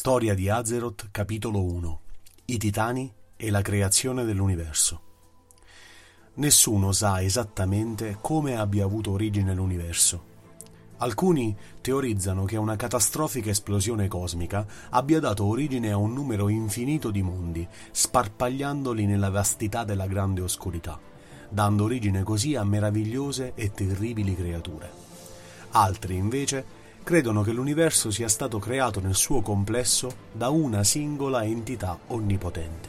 Storia di Azeroth, capitolo 1. I Titani e la creazione dell'universo. Nessuno sa esattamente come abbia avuto origine l'universo. Alcuni teorizzano che una catastrofica esplosione cosmica abbia dato origine a un numero infinito di mondi, sparpagliandoli nella vastità della grande oscurità, dando origine così a meravigliose e terribili creature. Altri, invece, credono che l'universo sia stato creato nel suo complesso da una singola entità onnipotente.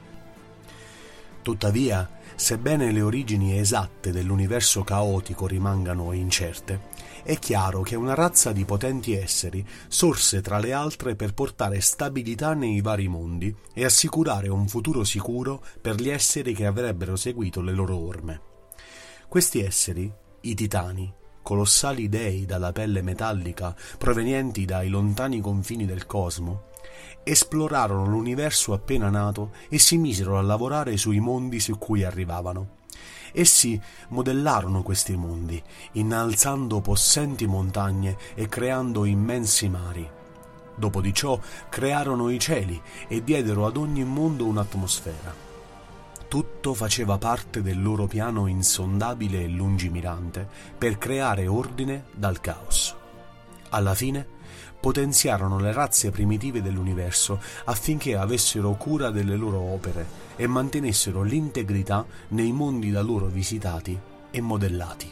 Tuttavia, sebbene le origini esatte dell'universo caotico rimangano incerte, è chiaro che una razza di potenti esseri sorse tra le altre per portare stabilità nei vari mondi e assicurare un futuro sicuro per gli esseri che avrebbero seguito le loro orme. Questi esseri, i Titani, colossali dei dalla pelle metallica provenienti dai lontani confini del cosmo, esplorarono l'universo appena nato e si misero a lavorare sui mondi su cui arrivavano. Essi modellarono questi mondi, innalzando possenti montagne e creando immensi mari. Dopo di ciò crearono i cieli e diedero ad ogni mondo un'atmosfera. Tutto faceva parte del loro piano insondabile e lungimirante per creare ordine dal caos. Alla fine potenziarono le razze primitive dell'universo affinché avessero cura delle loro opere e mantenessero l'integrità nei mondi da loro visitati e modellati.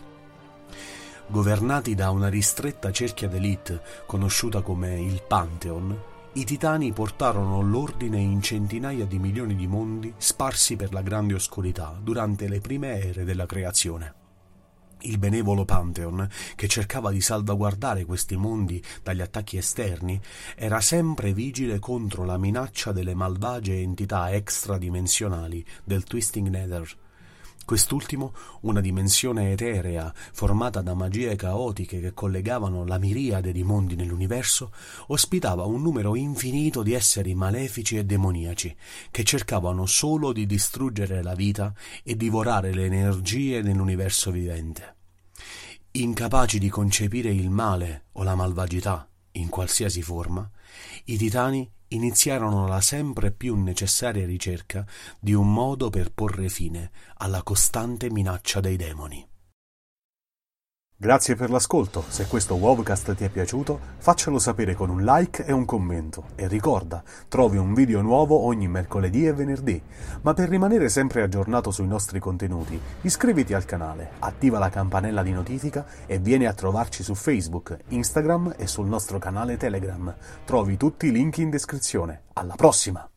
Governati da una ristretta cerchia d'élite conosciuta come il Pantheon, i Titani portarono l'ordine in centinaia di milioni di mondi sparsi per la grande oscurità durante le prime ere della creazione. Il benevolo Pantheon, che cercava di salvaguardare questi mondi dagli attacchi esterni, era sempre vigile contro la minaccia delle malvagie entità extradimensionali del Twisting Nether. Quest'ultimo, una dimensione eterea formata da magie caotiche che collegavano la miriade di mondi nell'universo, ospitava un numero infinito di esseri malefici e demoniaci che cercavano solo di distruggere la vita e divorare le energie dell'universo vivente. Incapaci di concepire il male o la malvagità in qualsiasi forma, i Titani iniziarono la sempre più necessaria ricerca di un modo per porre fine alla costante minaccia dei demoni. Grazie per l'ascolto, se questo Wowcast ti è piaciuto faccelo sapere con un like e un commento e ricorda, trovi un video nuovo ogni mercoledì e venerdì, ma per rimanere sempre aggiornato sui nostri contenuti iscriviti al canale, attiva la campanella di notifica e vieni a trovarci su Facebook, Instagram e sul nostro canale Telegram, trovi tutti i link in descrizione. Alla prossima!